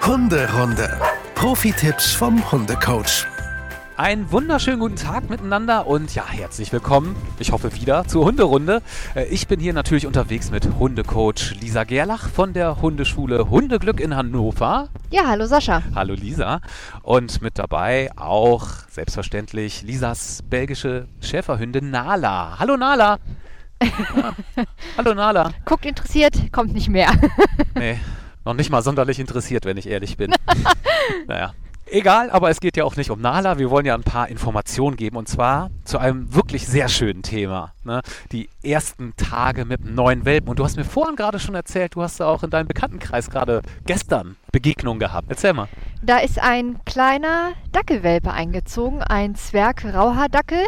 Hunderunde. Profi-Tipps vom Hundecoach. Einen wunderschönen guten Tag miteinander und ja, herzlich willkommen, ich hoffe wieder, zur Hunderunde. Ich bin hier natürlich unterwegs mit Hundecoach Lisa Gerlach von der Hundeschule Hundeglück in Hannover. Ja, hallo Sascha. Hallo Lisa. Und mit dabei auch selbstverständlich Lisas belgische Schäferhündin Nala. Hallo Nala. Ja. Hallo Nala. Guckt interessiert, kommt nicht mehr. Nee, noch nicht mal sonderlich interessiert, wenn ich ehrlich bin. Naja. Egal, aber es geht ja auch nicht um Nala. Wir wollen ja ein paar Informationen geben und zwar zu einem wirklich sehr schönen Thema. Ne? Die ersten Tage mit einem neuen Welpen. Und du hast mir vorhin gerade schon erzählt, du hast auch in deinem Bekanntenkreis gerade gestern Begegnung gehabt. Erzähl mal. Da ist ein kleiner Dackelwelpe eingezogen, ein Zwerg-Rauhaardackel,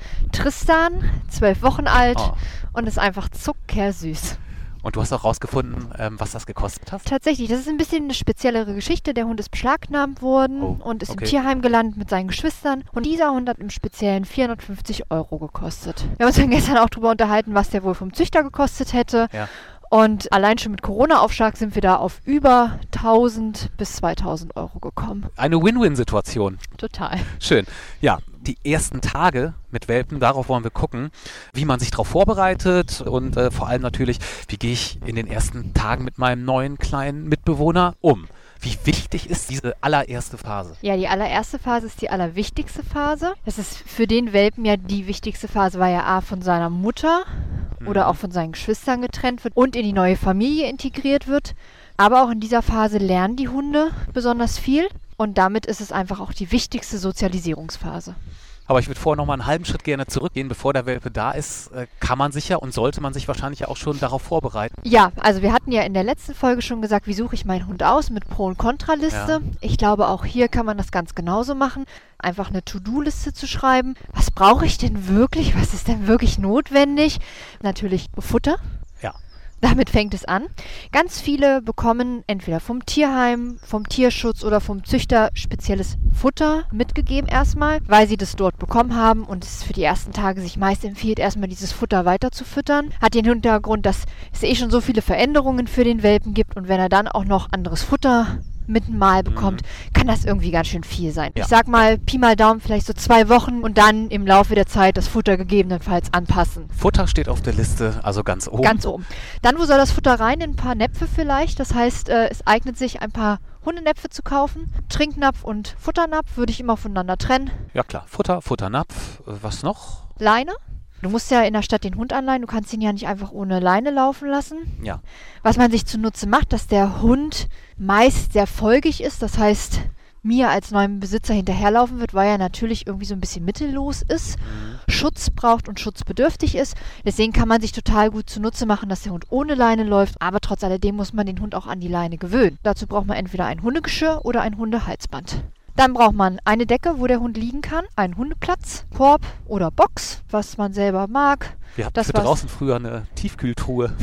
Tristan, 12 Wochen alt und ist einfach zuckersüß. Und du hast auch rausgefunden, was das gekostet hat? Tatsächlich, das ist ein bisschen eine speziellere Geschichte. Der Hund ist beschlagnahmt worden und ist im Tierheim gelandet mit seinen Geschwistern. Und dieser Hund hat im Speziellen 450 € gekostet. Wir haben uns dann gestern auch darüber unterhalten, was der wohl vom Züchter gekostet hätte. Ja. Und allein schon mit Corona-Aufschlag sind wir da auf über 1.000 bis 2.000 € gekommen. Eine Win-Win-Situation. Total. Schön. Ja, die ersten Tage mit Welpen, darauf wollen wir gucken, wie man sich darauf vorbereitet und vor allem natürlich, wie gehe ich in den ersten Tagen mit meinem neuen kleinen Mitbewohner um. Wie wichtig ist diese allererste Phase? Ja, die allererste Phase ist die allerwichtigste Phase. Das ist für den Welpen ja die wichtigste Phase, weil er A von seiner Mutter oder auch von seinen Geschwistern getrennt wird und in die neue Familie integriert wird. Aber auch in dieser Phase lernen die Hunde besonders viel und damit ist es einfach auch die wichtigste Sozialisierungsphase. Aber ich würde vorher noch mal einen halben Schritt gerne zurückgehen, bevor der Welpe da ist. Kann man sich ja und sollte man sich wahrscheinlich auch schon darauf vorbereiten. Ja, also wir hatten ja in der letzten Folge schon gesagt, wie suche ich meinen Hund aus mit Pro- und Kontraliste. Ja. Ich glaube, auch hier kann man das ganz genauso machen. Einfach eine To-Do-Liste zu schreiben. Was brauche ich denn wirklich? Was ist denn wirklich notwendig? Natürlich Futter. Ja. Damit fängt es an. Ganz viele bekommen entweder vom Tierheim, vom Tierschutz oder vom Züchter spezielles Futter mitgegeben erstmal, weil sie das dort bekommen haben und es für die ersten Tage sich meist empfiehlt, erstmal dieses Futter weiter zu füttern. Hat den Hintergrund, dass es schon so viele Veränderungen für den Welpen gibt und wenn er dann auch noch anderes Futter mit einem Mal bekommt, kann das irgendwie ganz schön viel sein. Ja. Ich sag mal, Pi mal Daumen, vielleicht so 2 Wochen und dann im Laufe der Zeit das Futter gegebenenfalls anpassen. Futter steht auf der Liste, also ganz oben. Ganz oben. Dann, wo soll das Futter rein? In ein paar Näpfe vielleicht. Das heißt, es eignet sich, ein paar Hundenäpfe zu kaufen. Trinknapf und Futternapf würde ich immer voneinander trennen. Ja klar, Futter, Futternapf, was noch? Leine. Du musst ja in der Stadt den Hund anleihen, du kannst ihn ja nicht einfach ohne Leine laufen lassen. Ja. Was man sich zunutze macht, dass der Hund meist sehr folgig ist, das heißt, mir als neuem Besitzer hinterherlaufen wird, weil er natürlich irgendwie so ein bisschen mittellos ist, Schutz braucht und schutzbedürftig ist. Deswegen kann man sich total gut zunutze machen, dass der Hund ohne Leine läuft, aber trotz alledem muss man den Hund auch an die Leine gewöhnen. Dazu braucht man entweder ein Hundegeschirr oder ein Hundehalsband. Dann braucht man eine Decke, wo der Hund liegen kann, einen Hundeplatz, Korb oder Box, was man selber mag. Wir hatten für draußen früher eine Tiefkühltruhe.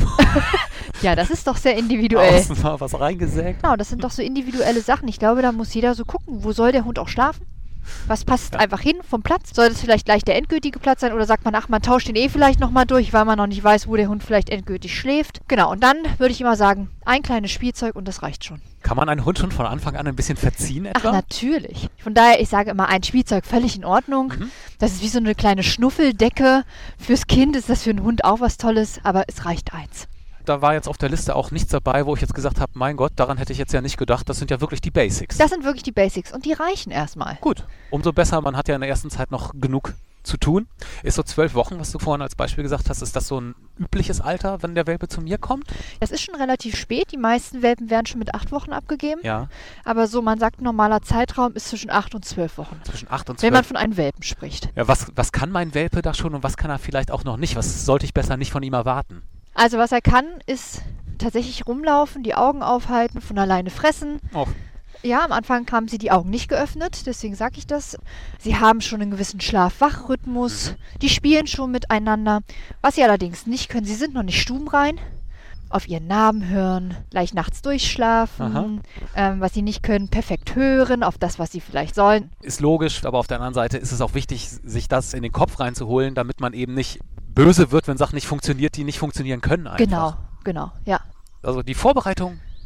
Ja, das ist doch sehr individuell. Außen mal was reingesägt. Genau, das sind doch so individuelle Sachen. Ich glaube, da muss jeder so gucken, wo soll der Hund auch schlafen? Was passt einfach hin vom Platz? Soll das vielleicht gleich der endgültige Platz sein oder sagt man, ach, man tauscht den vielleicht nochmal durch, weil man noch nicht weiß, wo der Hund vielleicht endgültig schläft? Genau, und dann würde ich immer sagen, ein kleines Spielzeug und das reicht schon. Kann man einen Hund schon von Anfang an ein bisschen verziehen etwa? Ach, natürlich. Von daher, ich sage immer, ein Spielzeug völlig in Ordnung. Das ist wie so eine kleine Schnuffeldecke. Fürs Kind ist das für einen Hund auch was Tolles, aber es reicht eins. Da war jetzt auf der Liste auch nichts dabei, wo ich jetzt gesagt habe, mein Gott, daran hätte ich jetzt ja nicht gedacht. Das sind ja wirklich die Basics. Das sind wirklich die Basics und die reichen erstmal. Gut, umso besser. Man hat ja in der ersten Zeit noch genug zu tun. Ist so 12 Wochen, was du vorhin als Beispiel gesagt hast, ist das so ein übliches Alter, wenn der Welpe zu mir kommt? Das ist schon relativ spät. Die meisten Welpen werden schon mit 8 Wochen abgegeben. Ja. Aber so, man sagt, normaler Zeitraum ist zwischen 8 und 12 Wochen. Zwischen 8 und 12? Wenn man von einem Welpen spricht. Ja, was kann mein Welpe da schon und was kann er vielleicht auch noch nicht? Was sollte ich besser nicht von ihm erwarten? Also was er kann, ist tatsächlich rumlaufen, die Augen aufhalten, von alleine fressen. Oh. Ja, am Anfang haben sie die Augen nicht geöffnet, deswegen sage ich das. Sie haben schon einen gewissen Schlaf-Wach-Rhythmus, die spielen schon miteinander. Was sie allerdings nicht können, sie sind noch nicht stubenrein. Auf ihren Namen hören, gleich nachts durchschlafen, was sie nicht können, perfekt hören, auf das, was sie vielleicht sollen. Ist logisch, aber auf der anderen Seite ist es auch wichtig, sich das in den Kopf reinzuholen, damit man eben nicht böse wird, wenn Sachen nicht funktionieren, die nicht funktionieren können einfach. Genau, ja. Also die Vorbereitung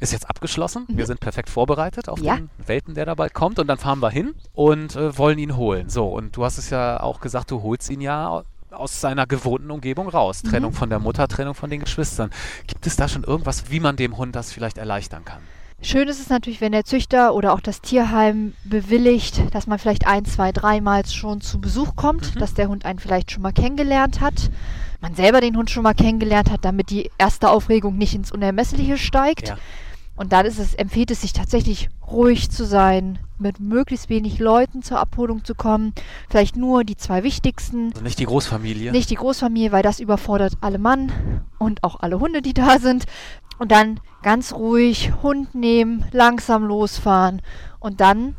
ist jetzt abgeschlossen. Wir sind perfekt vorbereitet auf Ja. den Welpen, der da bald kommt. Und dann fahren wir hin und wollen ihn holen. So, und du hast es ja auch gesagt, du holst ihn ja aus seiner gewohnten Umgebung raus. Trennung von der Mutter, Trennung von den Geschwistern. Gibt es da schon irgendwas, wie man dem Hund das vielleicht erleichtern kann? Schön ist es natürlich, wenn der Züchter oder auch das Tierheim bewilligt, dass man vielleicht 1, 2, 3 Mal schon zu Besuch kommt, dass der Hund einen vielleicht schon mal kennengelernt hat, man selber den Hund schon mal kennengelernt hat, damit die erste Aufregung nicht ins Unermessliche steigt. Ja. Und dann empfiehlt es sich tatsächlich ruhig zu sein, mit möglichst wenig Leuten zur Abholung zu kommen, vielleicht nur die 2 wichtigsten. Also nicht die Großfamilie. Nicht die Großfamilie, weil das überfordert alle Mann und auch alle Hunde, die da sind. Und dann ganz ruhig Hund nehmen, langsam losfahren und dann,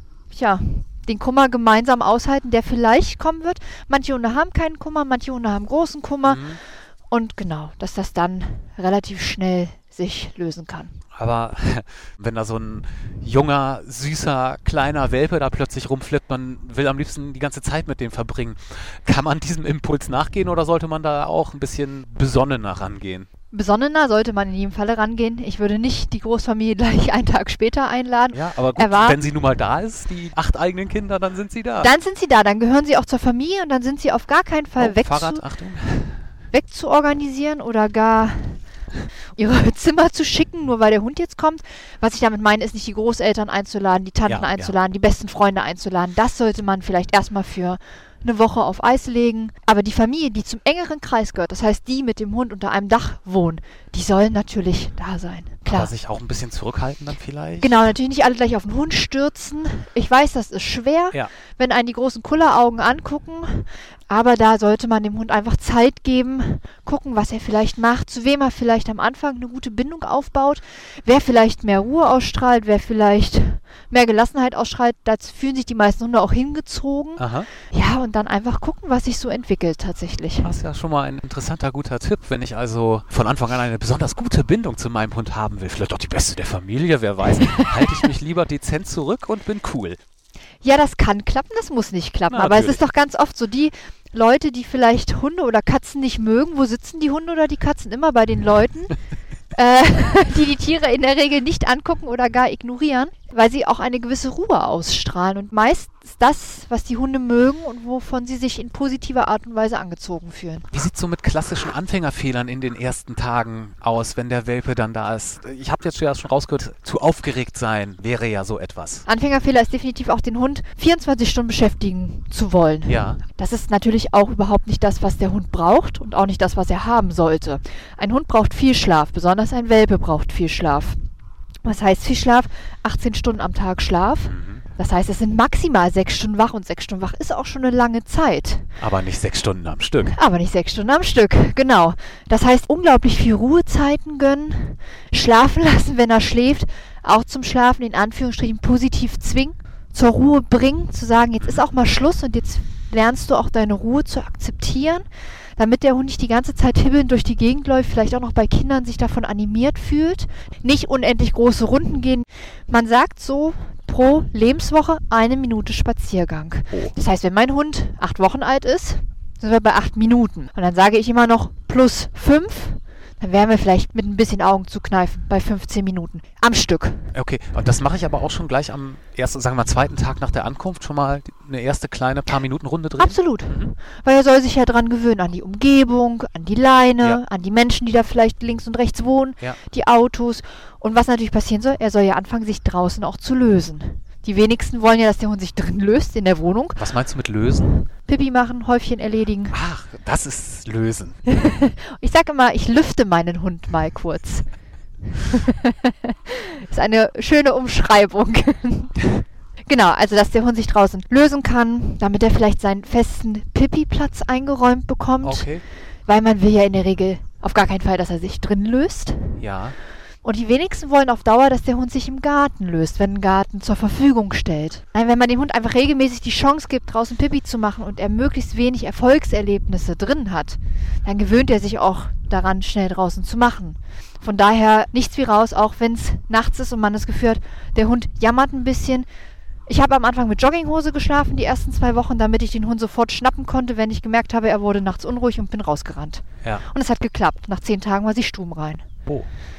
den Kummer gemeinsam aushalten, der vielleicht kommen wird. Manche Hunde haben keinen Kummer, manche Hunde haben großen Kummer. Und genau, dass das dann relativ schnell sich lösen kann. Aber wenn da so ein junger, süßer, kleiner Welpe da plötzlich rumflippt, man will am liebsten die ganze Zeit mit dem verbringen. Kann man diesem Impuls nachgehen oder sollte man da auch ein bisschen besonnener rangehen? Besonnener sollte man in jedem Falle rangehen. Ich würde nicht die Großfamilie gleich einen Tag später einladen. Ja, aber gut, wenn sie nun mal da ist, die 8 eigenen Kinder, dann sind sie da. Dann sind sie da, dann gehören sie auch zur Familie und dann sind sie auf gar keinen Fall wegzuorganisieren oder gar ihre Zimmer zu schicken, nur weil der Hund jetzt kommt. Was ich damit meine, ist nicht die Großeltern einzuladen, die Tanten einzuladen, die besten Freunde einzuladen. Das sollte man vielleicht erstmal für eine Woche auf Eis legen. Aber die Familie, die zum engeren Kreis gehört, das heißt, die mit dem Hund unter einem Dach wohnen, die sollen natürlich da sein. Klar. Aber sich auch ein bisschen zurückhalten dann vielleicht? Genau, natürlich nicht alle gleich auf den Hund stürzen. Ich weiß, das ist schwer, wenn einen die großen Kulleraugen angucken. Aber da sollte man dem Hund einfach Zeit geben, gucken, was er vielleicht macht, zu wem er vielleicht am Anfang eine gute Bindung aufbaut, wer vielleicht mehr Ruhe ausstrahlt, wer vielleicht mehr Gelassenheit ausstrahlt. Da fühlen sich die meisten Hunde auch hingezogen. Aha. Ja, und dann einfach gucken, was sich so entwickelt tatsächlich. Das ist ja schon mal ein interessanter, guter Tipp, wenn ich also von Anfang an eine besonders gute Bindung zu meinem Hund haben will. Vielleicht auch die beste der Familie, wer weiß. Halte ich mich lieber dezent zurück und bin cool. Ja, das kann klappen, das muss nicht klappen. Na, aber natürlich. es ist doch ganz oft so, die Leute, die vielleicht Hunde oder Katzen nicht mögen, wo sitzen die Hunde oder die Katzen? Immer bei den Leuten, die Tiere in der Regel nicht angucken oder gar ignorieren, weil sie auch eine gewisse Ruhe ausstrahlen. Und meist ist das, was die Hunde mögen und wovon sie sich in positiver Art und Weise angezogen fühlen. Wie sieht es so mit klassischen Anfängerfehlern in den ersten Tagen aus, wenn der Welpe dann da ist? Ich habe jetzt schon rausgehört, zu aufgeregt sein wäre ja so etwas. Anfängerfehler ist definitiv auch den Hund 24 Stunden beschäftigen zu wollen. Ja. Das ist natürlich auch überhaupt nicht das, was der Hund braucht und auch nicht das, was er haben sollte. Ein Hund braucht viel Schlaf, besonders ein Welpe braucht viel Schlaf. Was heißt viel Schlaf? 18 Stunden am Tag Schlaf. Das heißt, es sind maximal 6 Stunden wach und 6 Stunden wach ist auch schon eine lange Zeit. Aber nicht 6 Stunden am Stück. Aber nicht 6 Stunden am Stück, genau. Das heißt, unglaublich viel Ruhezeiten gönnen, schlafen lassen, wenn er schläft, auch zum Schlafen in Anführungsstrichen positiv zwingen, zur Ruhe bringen, zu sagen, jetzt ist auch mal Schluss und jetzt lernst du auch deine Ruhe zu akzeptieren, damit der Hund nicht die ganze Zeit hibbelnd durch die Gegend läuft, vielleicht auch noch bei Kindern sich davon animiert fühlt, nicht unendlich große Runden gehen. Man sagt so, pro Lebenswoche 1 Minute Spaziergang. Das heißt, wenn mein Hund 8 Wochen alt ist, sind wir bei 8 Minuten. Und dann sage ich immer noch plus 5, dann wären wir vielleicht mit ein bisschen Augen zu kneifen bei 15 Minuten am Stück. Okay, und das mache ich aber auch schon gleich am ersten, sagen wir mal, 2. Tag nach der Ankunft schon mal eine erste kleine paar Minuten Runde drehen? Absolut. Weil er soll sich ja dran gewöhnen, an die Umgebung, an die Leine, an die Menschen, die da vielleicht links und rechts wohnen, die Autos. Und was natürlich passieren soll, er soll ja anfangen, sich draußen auch zu lösen. Die wenigsten wollen ja, dass der Hund sich drin löst in der Wohnung. Was meinst du mit lösen? Pipi machen, Häufchen erledigen. Ach, das ist lösen. Ich sage immer, ich lüfte meinen Hund mal kurz. Ist eine schöne Umschreibung. Genau, also dass der Hund sich draußen lösen kann, damit er vielleicht seinen festen Pipi-Platz eingeräumt bekommt. Okay. Weil man will ja in der Regel auf gar keinen Fall, dass er sich drin löst. Ja. Und die wenigsten wollen auf Dauer, dass der Hund sich im Garten löst, wenn ein Garten zur Verfügung stellt. Nein, wenn man dem Hund einfach regelmäßig die Chance gibt, draußen Pipi zu machen und er möglichst wenig Erfolgserlebnisse drin hat, dann gewöhnt er sich auch daran, schnell draußen zu machen. Von daher nichts wie raus, auch wenn es nachts ist und man das Gefühl hat, der Hund jammert ein bisschen. Ich habe am Anfang mit Jogginghose geschlafen, die ersten 2 Wochen, damit ich den Hund sofort schnappen konnte, wenn ich gemerkt habe, er wurde nachts unruhig und bin rausgerannt. Ja. Und es hat geklappt. Nach 10 Tagen war sie stumm rein. Oh.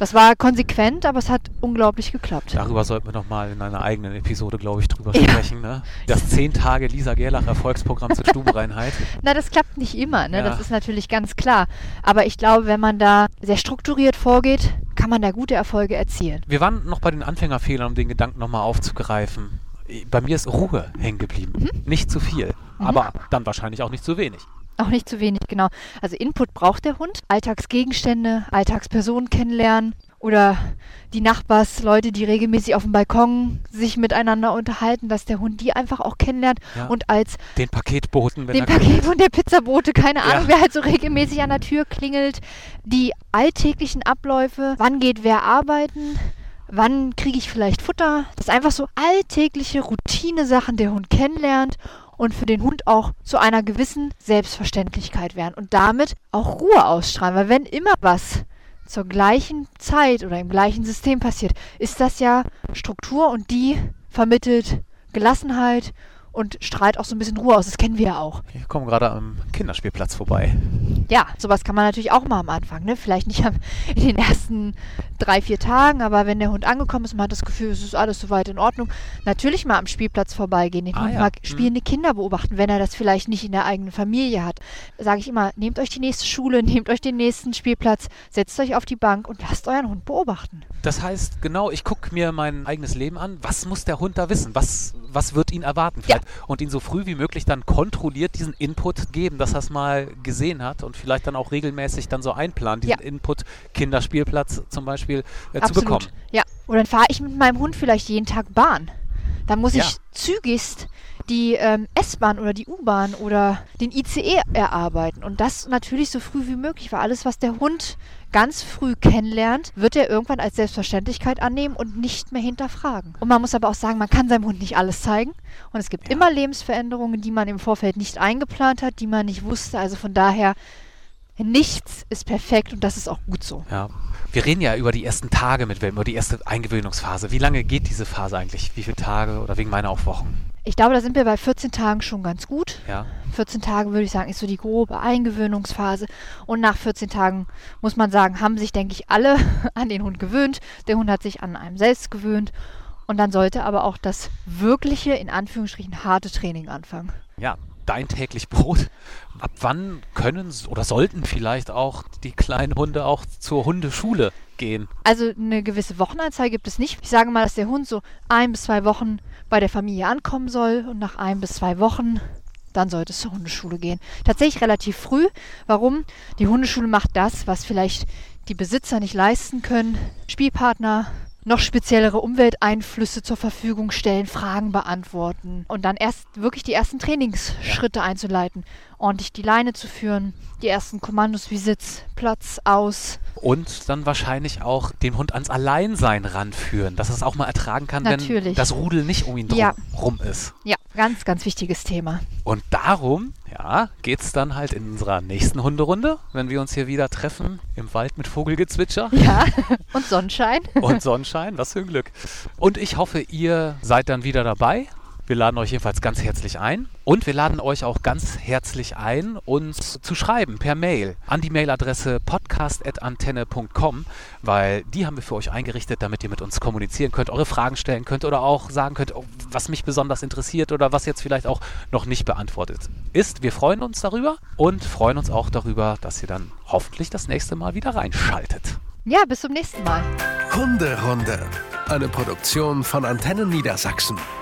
Das war konsequent, aber es hat unglaublich geklappt. Darüber sollten wir nochmal in einer eigenen Episode, glaube ich, drüber sprechen. Ne? Das 10 Tage Lisa Gerlach Erfolgsprogramm zur Stubenreinheit. Na, das klappt nicht immer, ne? Ja. Das ist natürlich ganz klar. Aber ich glaube, wenn man da sehr strukturiert vorgeht, kann man da gute Erfolge erzielen. Wir waren noch bei den Anfängerfehlern, um den Gedanken nochmal aufzugreifen. Bei mir ist Ruhe hängen geblieben. Nicht zu viel, aber dann wahrscheinlich auch nicht zu wenig. Auch nicht zu wenig, genau. Also Input braucht der Hund. Alltagsgegenstände, Alltagspersonen kennenlernen oder die Nachbarsleute, die regelmäßig auf dem Balkon sich miteinander unterhalten, dass der Hund die einfach auch kennenlernt und als den Paketboten, wenn den er kommt. Paketboten, der Pizzabote, keine Ahnung, Ja. wer halt so regelmäßig an der Tür klingelt, die alltäglichen Abläufe, wann geht wer arbeiten, wann kriege ich vielleicht Futter, das ist einfach so alltägliche Routine-Sachen, der Hund kennenlernt und für den Hund auch zu einer gewissen Selbstverständlichkeit werden und damit auch Ruhe ausstrahlen, weil wenn immer was zur gleichen Zeit oder im gleichen System passiert, ist das ja Struktur und die vermittelt Gelassenheit und strahlt auch so ein bisschen Ruhe aus. Das kennen wir ja auch. Ich komme gerade am Kinderspielplatz vorbei. Ja, sowas kann man natürlich auch mal am Anfang, ne? Vielleicht nicht in den ersten 3-4 Tagen, aber wenn der Hund angekommen ist, man hat das Gefühl, es ist alles soweit in Ordnung, natürlich mal am Spielplatz vorbeigehen, den Hund mal spielende Kinder beobachten, wenn er das vielleicht nicht in der eigenen Familie hat. Sage ich immer, nehmt euch die nächste Schule, nehmt euch den nächsten Spielplatz, setzt euch auf die Bank und lasst euren Hund beobachten. Das heißt, genau, ich gucke mir mein eigenes Leben an. Was muss der Hund da wissen? Was wird ihn erwarten vielleicht? Und ihn so früh wie möglich dann kontrolliert diesen Input geben, dass er es mal gesehen hat und vielleicht dann auch regelmäßig dann so einplanen, diesen Input Kinderspielplatz zum Beispiel zu bekommen. Ja, oder dann fahre ich mit meinem Hund vielleicht jeden Tag Bahn. Dann muss ich zügigst die S-Bahn oder die U-Bahn oder den ICE erarbeiten. Und das natürlich so früh wie möglich, weil alles, was der Hund ganz früh kennenlernt, wird er irgendwann als Selbstverständlichkeit annehmen und nicht mehr hinterfragen. Und man muss aber auch sagen, man kann seinem Hund nicht alles zeigen. Und es gibt immer Lebensveränderungen, die man im Vorfeld nicht eingeplant hat, die man nicht wusste. Also von daher, nichts ist perfekt und das ist auch gut so. Ja. Wir reden ja über die ersten Tage mit Welpen, über die erste Eingewöhnungsphase. Wie lange geht diese Phase eigentlich? Wie viele Tage oder wegen meiner auch Wochen? Ich glaube, da sind wir bei 14 Tagen schon ganz gut. Ja. 14 Tage, würde ich sagen, ist so die grobe Eingewöhnungsphase. Und nach 14 Tagen, muss man sagen, haben sich, denke ich, alle an den Hund gewöhnt. Der Hund hat sich an einem selbst gewöhnt. Und dann sollte aber auch das wirkliche, in Anführungsstrichen, harte Training anfangen. Ja, dein täglich Brot. Ab wann können oder sollten vielleicht auch die kleinen Hunde auch zur Hundeschule gehen? Also eine gewisse Wochenanzahl gibt es nicht. Ich sage mal, dass der Hund so 1 bis 2 Wochen bei der Familie ankommen soll und nach 1 bis 2 Wochen, dann sollte es zur Hundeschule gehen. Tatsächlich relativ früh. Warum? Die Hundeschule macht das, was vielleicht die Besitzer nicht leisten können. Spielpartner, noch speziellere Umwelteinflüsse zur Verfügung stellen, Fragen beantworten und dann erst wirklich die ersten Trainingsschritte einzuleiten, ordentlich die Leine zu führen, die ersten Kommandos wie Sitz, Platz, aus. Und dann wahrscheinlich auch den Hund ans Alleinsein ranführen, dass er es auch mal ertragen kann, Natürlich. wenn das Rudel nicht um ihn rum ist. Ja, ganz, ganz wichtiges Thema. Und darum, geht es dann halt in unserer nächsten Hunderunde, wenn wir uns hier wieder treffen, im Wald mit Vogelgezwitscher. Ja, und Sonnenschein. Und Sonnenschein, was für ein Glück. Und ich hoffe, ihr seid dann wieder dabei. Wir laden euch jedenfalls ganz herzlich ein. Und wir laden euch auch ganz herzlich ein, uns zu schreiben per Mail an die Mailadresse podcast@antenne.com, weil die haben wir für euch eingerichtet, damit ihr mit uns kommunizieren könnt, eure Fragen stellen könnt oder auch sagen könnt, was mich besonders interessiert oder was jetzt vielleicht auch noch nicht beantwortet ist. Wir freuen uns darüber und freuen uns auch darüber, dass ihr dann hoffentlich das nächste Mal wieder reinschaltet. Ja, bis zum nächsten Mal. Hunderunde, eine Produktion von Antennen Niedersachsen.